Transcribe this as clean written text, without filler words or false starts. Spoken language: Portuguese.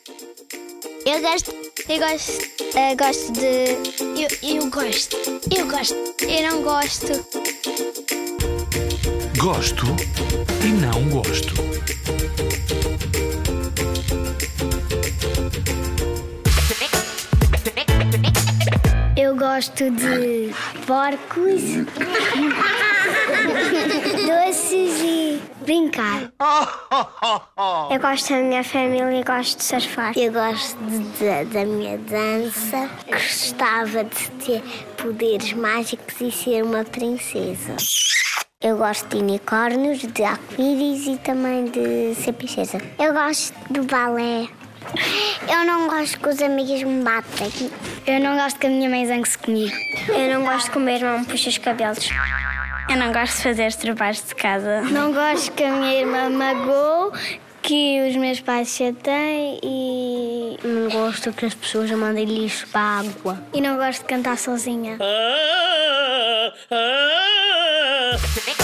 Eu gosto de. Eu gosto. Eu não gosto. Gosto e não gosto. Eu gosto de porcos, doces e brincar. Eu gosto da minha família e gosto de surfar. Eu gosto da minha dança. Gostava de ter poderes mágicos e ser uma princesa. Eu gosto de unicórnios, de arco-íris e também de ser princesa. Eu gosto do balé. Eu não gosto que os amigos me batem. Eu não gosto que a minha mãe zangue-se comigo. Eu não gosto que o meu irmão me puxe os cabelos. Eu não gosto de fazer os trabalhos de casa. Não gosto que a minha irmã magoe, que os meus pais chateiem e... Não gosto que as pessoas mandem lixo para a água. E não gosto de cantar sozinha.